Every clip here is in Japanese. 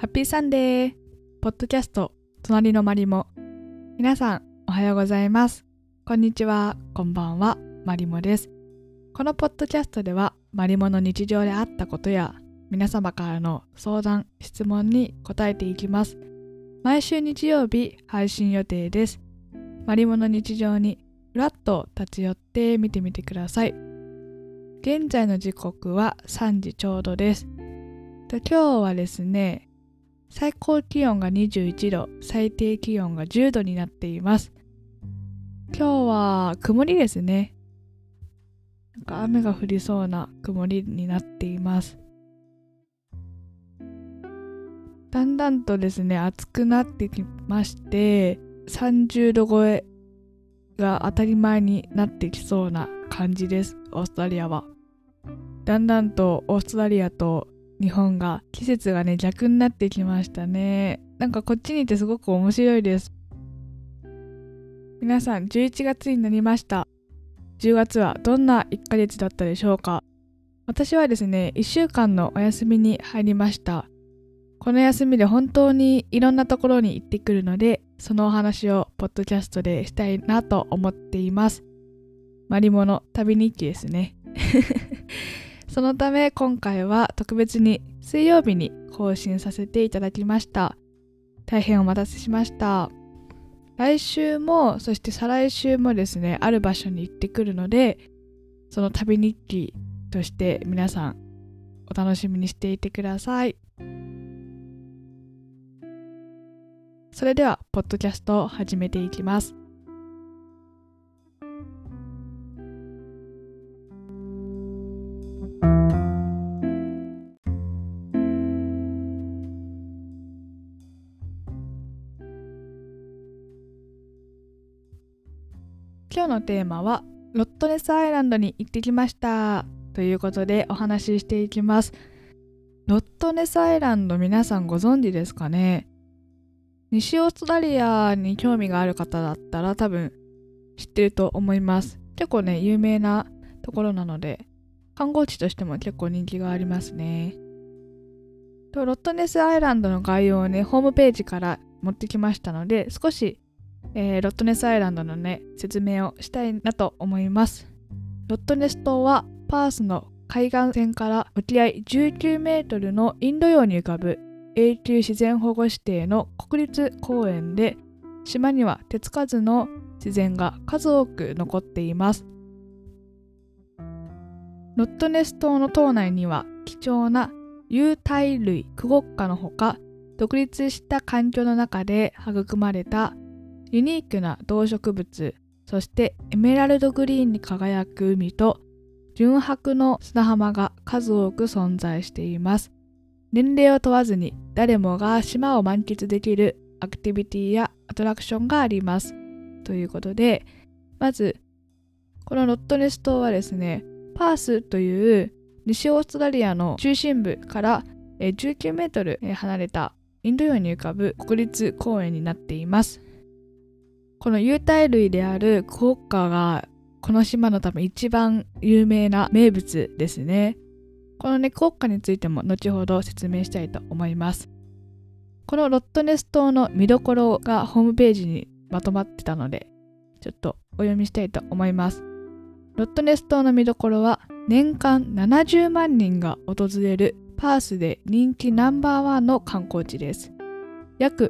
ハッピーサンデーポッドキャスト隣のマリモ。皆さんおはようございます。こんにちは、こんばんは、マリモです。このポッドキャストではマリモの日常であったことや皆様からの相談・質問に答えていきます。毎週日曜日配信予定です。マリモの日常にふらっと立ち寄ってみてみてください。現在の時刻は3時ちょうどです。今日はですね、最高気温が21度、最低気温が10度になっています。今日は曇りですね。なんか雨が降りそうな曇りになっています。だんだんとですね、暑くなってきまして、30度超えが当たり前になってきそうな感じです。オーストラリアは。だんだんとオーストラリアと日本が季節がね逆になってきましたね。なんかこっちにいてすごく面白いです。皆さん11月になりました。10月はどんな1ヶ月だったでしょうか。私はですね1週間のお休みに入りました。この休みで本当にいろんなところに行ってくるので、そのお話をポッドキャストでしたいなと思っています。マリモの旅日記ですね。そのため今回は特別に水曜日に更新させていただきました。大変お待たせしました。来週もそして再来週もですね、ある場所に行ってくるので、その旅日記として皆さんお楽しみにしていてください。それではポッドキャストを始めていきます。今日のテーマはロットネスアイランドに行ってきましたということでお話ししていきます。ロットネスアイランド、皆さんご存知ですかね。西オーストラリアに興味がある方だったら多分知ってると思います。結構ね有名なところなので観光地としても結構人気がありますね。ロットネスアイランドの概要をねホームページから持ってきましたので、少しロットネスアイランドのね説明をしたいなと思います。ロットネス島はパースの海岸線から沖合19メートルのインド洋に浮かぶ永久自然保護指定の国立公園で、島には手つかずの自然が数多く残っています。ロットネス島の島内には貴重な有袋類クゴッカのほか、独立した環境の中で育まれたユニークな動植物、そしてエメラルドグリーンに輝く海と純白の砂浜が数多く存在しています。年齢を問わずに誰もが島を満喫できるアクティビティやアトラクションがあります。ということで、まずこのロットネス島はですね、パースという西オーストラリアの中心部から19メートル離れたインド洋に浮かぶ国立公園になっています。この有袋類であるクオッカがこの島の多分一番有名な名物ですね。このねクオッカについても後ほど説明したいと思います。このロットネス島の見どころがホームページにまとまってたので、ちょっとお読みしたいと思います。ロットネス島の見どころは、年間70万人が訪れるパースで人気ナンバーワンの観光地です。約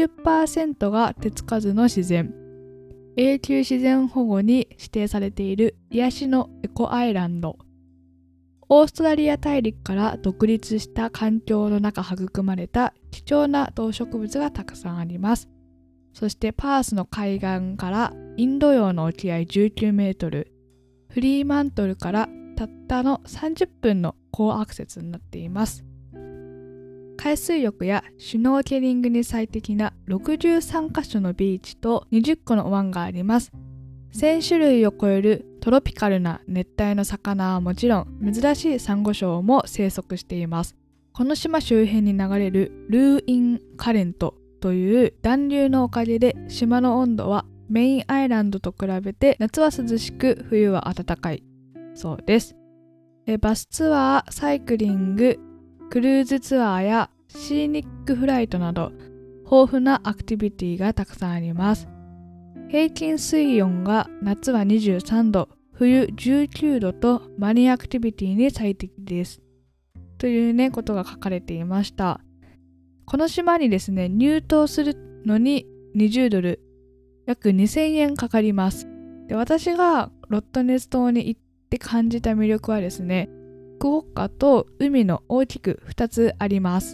60% が手つかずの自然、永久自然保護に指定されている癒しのエコアイランド。オーストラリア大陸から独立した環境の中育まれた貴重な動植物がたくさんあります。そしてパースの海岸からインド洋の沖合19メートル、フリーマントルからたったの30分の高アクセスになっています。海水浴やシュノーケリングに最適な63カ所のビーチと20個の湾があります。1000種類を超えるトロピカルな熱帯の魚はもちろん、珍しいサンゴ礁も生息しています。この島周辺に流れるルーインカレントという暖流のおかげで、島の温度はメインアイランドと比べて夏は涼しく冬は暖かいそうです。バスツアー、サイクリング、クルーズツアーやシーニックフライトなど豊富なアクティビティがたくさんあります。平均水温が夏は23度、冬19度とマリンアクティビティに最適です。というね、ことが書かれていました。この島にですね、入島するのに20ドル、約2000円かかります。で、私がロットネス島に行って感じた魅力はですね、クオッカと海の大きく2つあります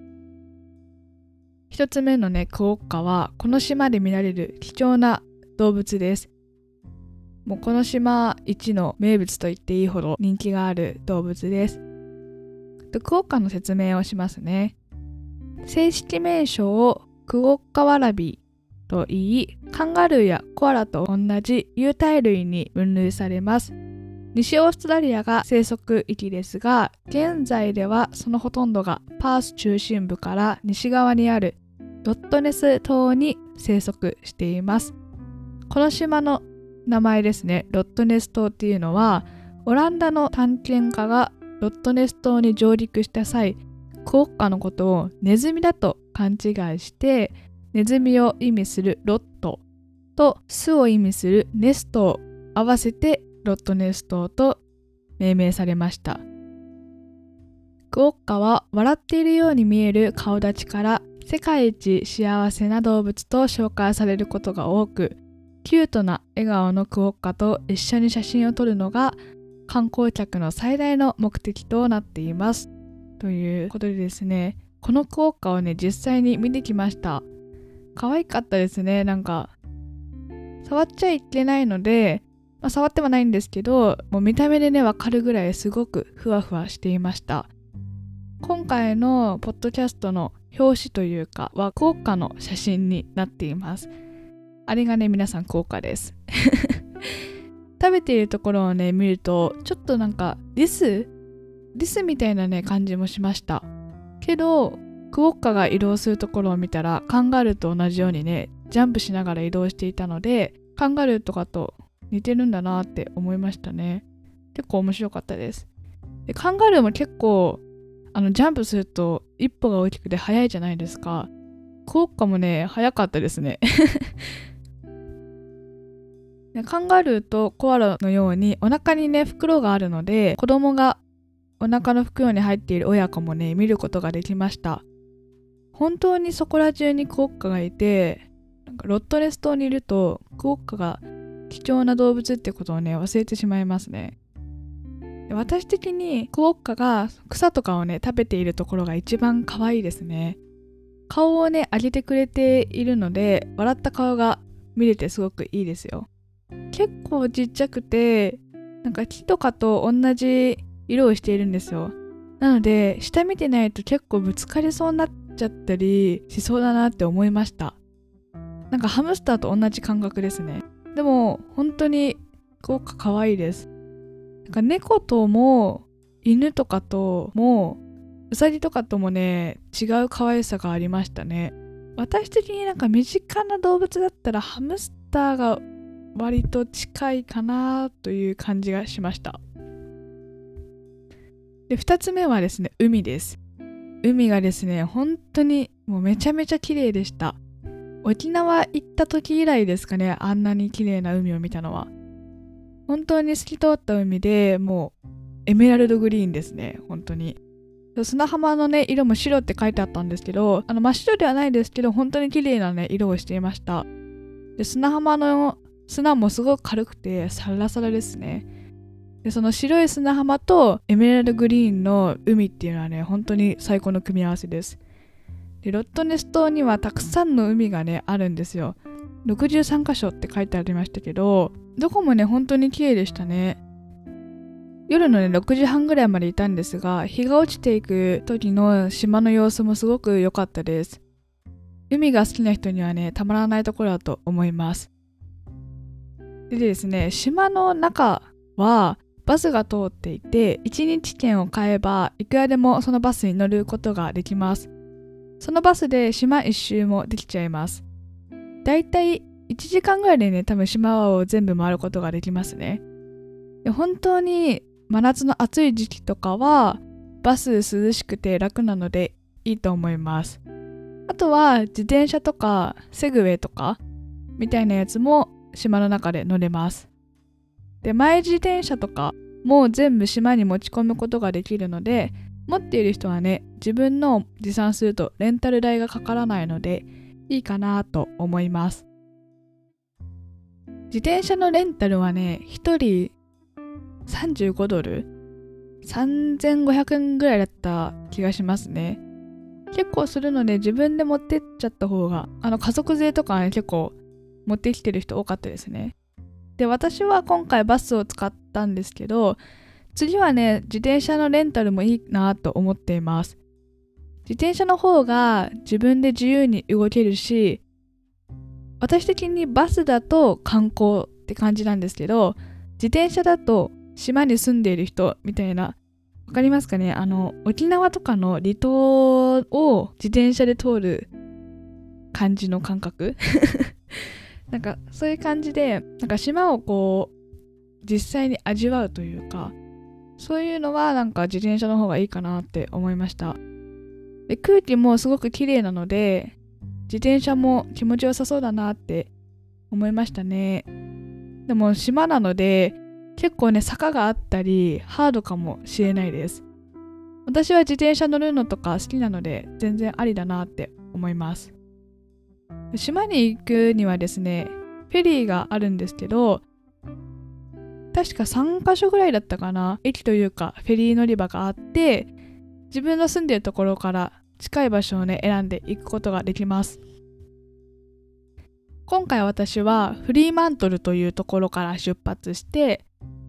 。1つ目のね、クオッカはこの島で見られる貴重な動物です。もうこの島一の名物と言っていいほど人気がある動物です。クオッカの説明をしますね。正式名称をクオッカワラビーと言い、カンガルーやコアラと同じ有袋類に分類されます。西オーストラリアが生息域ですが、現在ではそのほとんどがパース中心部から西側にあるロットネス島に生息しています。この島の名前ですね、ロットネス島っていうのは、オランダの探検家がロットネス島に上陸した際、クオッカのことをネズミだと勘違いして、ネズミを意味するロットと巣を意味するネストを合わせてロットネス島と命名されました。クオッカは笑っているように見える顔立ちから世界一幸せな動物と紹介されることが多く、キュートな笑顔のクオッカと一緒に写真を撮るのが観光客の最大の目的となっています。ということでですね、このクオッカをね、実際に見てきました。可愛かったですね。なんか触っちゃいけないので、触ってはないんですけど、もう見た目でねわかるぐらいすごくふわふわしていました。今回のポッドキャストの表紙というかはクオッカの写真になっています。あれがね、皆さんクオッカです。食べているところをね見ると、ちょっとなんかリスみたいなね感じもしました。けどクオッカが移動するところを見たら、カンガルーと同じようにねジャンプしながら移動していたので、カンガルーとかと似てるんだなって思いましたね。結構面白かったです。で、カンガルーも結構ジャンプすると一歩が大きくて速いじゃないですか。クオッカもね速かったですね。カンガルーとコアラのようにお腹にね袋があるので、子供がお腹の袋に入っている親子もね見ることができました。本当にそこら中にクオッカがいて、なんかロットネス島にいるとクオッカが貴重な動物ってことをね忘れてしまいますね。私的にクオッカが草とかをね食べているところが一番可愛いですね。顔をね上げてくれているので、笑った顔が見れてすごくいいですよ。結構ちっちゃくて、なんか木とかと同じ色をしているんですよ。なので下見てないと結構ぶつかりそうになっちゃったりしそうだなって思いました。なんかハムスターと同じ感覚ですね。でも本当にクオッカ可愛いです。なんか猫とも犬とかともウサギとかともね違う可愛さがありましたね。私的になんか身近な動物だったらハムスターが割と近いかなという感じがしました。で、2つ目はですね、海です。海がですね、本当にもうめちゃめちゃ綺麗でした。沖縄行った時以来ですかね、あんなに綺麗な海を見たのは。本当に透き通った海で、もうエメラルドグリーンですね、本当に。砂浜のね色も白って書いてあったんですけど、真っ白ではないですけど本当に綺麗なね色をしていました。で、砂浜の砂もすごく軽くてサラサラですね。で、その白い砂浜とエメラルドグリーンの海っていうのはね本当に最高の組み合わせです。で、ロットネス島にはたくさんの海がねあるんですよ。63カ所って書いてありましたけど、どこもね本当に綺麗でしたね。夜のね6時半ぐらいまでいたんですが、日が落ちていく時の島の様子もすごく良かったです。海が好きな人にはねたまらないところだと思います。でですね、島の中はバスが通っていて、1日券を買えばいくらでもそのバスに乗ることができます。そのバスで島一周もできちゃいます。だいたい1時間ぐらいでね多分島を全部回ることができますね。で、本当に真夏の暑い時期とかはバス涼しくて楽なのでいいと思います。あとは自転車とかセグウェイとかみたいなやつも島の中で乗れます。で、マイ自転車とかも全部島に持ち込むことができるので、持っている人はね、自分の持参するとレンタル代がかからないのでいいかなと思います。自転車のレンタルはね、1人$35 3500円ぐらいだった気がしますね。結構するので自分で持ってっちゃった方が、家族税とかね、結構持ってきてる人多かったですね。で、私は今回バスを使ったんですけど、次はね、自転車のレンタルもいいなと思っています。自転車の方が自分で自由に動けるし、私的にバスだと観光って感じなんですけど、自転車だと島に住んでいる人みたいな、わかりますかね？沖縄とかの離島を自転車で通る感じの感覚なんかそういう感じで、なんか島をこう実際に味わうというか、そういうのはなんか自転車の方がいいかなって思いました。で、空気もすごく綺麗なので、自転車も気持ちよさそうだなって思いましたね。でも島なので結構ね、坂があったりハードかもしれないです。私は自転車乗るのとか好きなので全然ありだなって思います。島に行くにはですね、フェリーがあるんですけど、確か3カ所ぐらいだったかな、駅というかフェリー乗り場があって、自分の住んでいるところから近い場所をね、選んで行くことができます。今回私はフリーマントルというところから出発して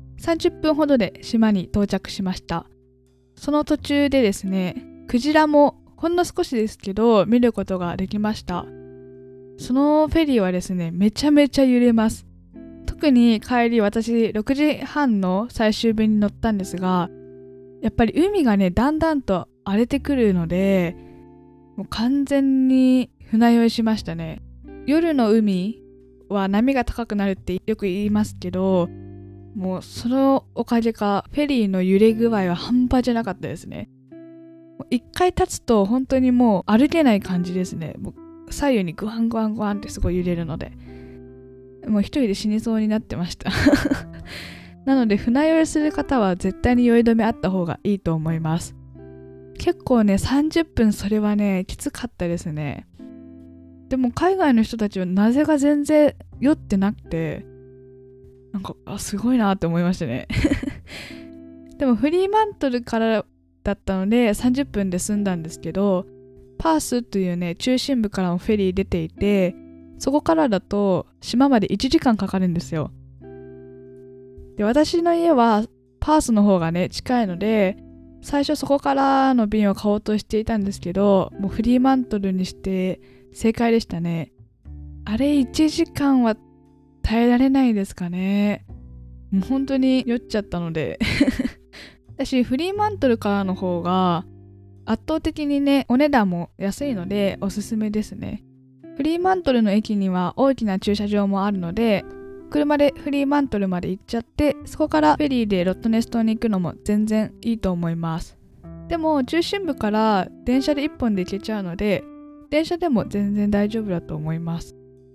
30分ほどで島に到着しました。その途中でですね、クジラもほんの少しですけど見ることができました。そのフェリーはですね、めちゃめちゃ揺れます。特に帰り、私6時半の最終便に乗ったんですが、やっぱり海がね、だんだんと荒れてくるので、もう完全に船酔いしましたね。夜の海は波が高くなるってよく言いますけど、もうそのおかげかフェリーの揺れ具合は半端じゃなかったですね。一回立つと本当にもう歩けない感じですね。もう左右にグワングワングワンってすごい揺れるので、もう一人で死にそうになってましたなので船酔いする方は絶対に酔い止めあった方がいいと思います。結構ね、30分それはね、きつかったですね。でも海外の人たちはなぜか全然酔ってなくて、なんかすごいなって思いましたねでもフリーマントルからだったので30分で済んだんですけど、パースというね、中心部からもフェリー出ていて、そこからだと島まで1時間かかるんですよ。で、私の家はパースの方がね、近いので、最初そこからの便を買おうとしていたんですけど、もうフリーマントルにして正解でしたね。あれ1時間は耐えられないですかね。もう本当に酔っちゃったので私フリーマントルからの方が圧倒的にね、お値段も安いのでおすすめですね。フリーマントルの駅には大きな駐車場もあるので、車でフリーマントルまで行っちゃって、そこからフェリーでロットネス島に行くのも全然いいと思います。でも中心部から電車で1本で行けちゃうので、電車でも全然大丈夫だと思います。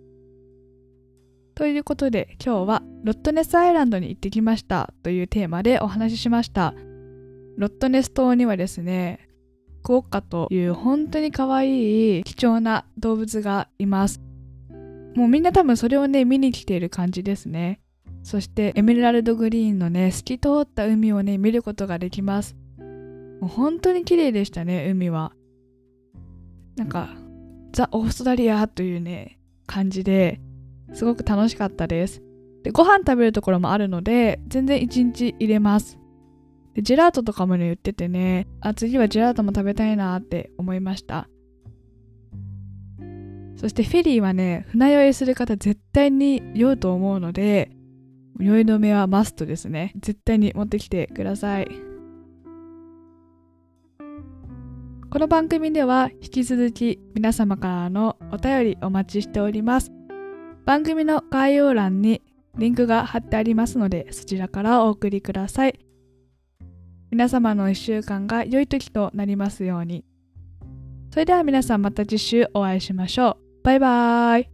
ということで今日はロットネスアイランドに行ってきましたというテーマでお話ししました。ロットネス島にはですね、クオッカという本当に可愛い貴重な動物がいます。もうみんな多分それをね、見に来ている感じですね。そしてエメラルドグリーンのね、透き通った海をね、見ることができます。もう本当に綺麗でしたね、海は。なんかザ・オーストラリアというね、感じですごく楽しかったです。で、ご飯食べるところもあるので全然1日入れます。で、ジェラートとかもね、言っててね、次はジェラートも食べたいなって思いました。そしてフェリーはね、船酔いする方絶対に酔うと思うので、酔い止めはマストですね。絶対に持ってきてください。この番組では引き続き皆様からのお便りお待ちしております。番組の概要欄にリンクが貼ってありますので、そちらからお送りください。皆様の1週間が良い時となりますように。 それでは皆さんまた次週お会いしましょう。バイバイ。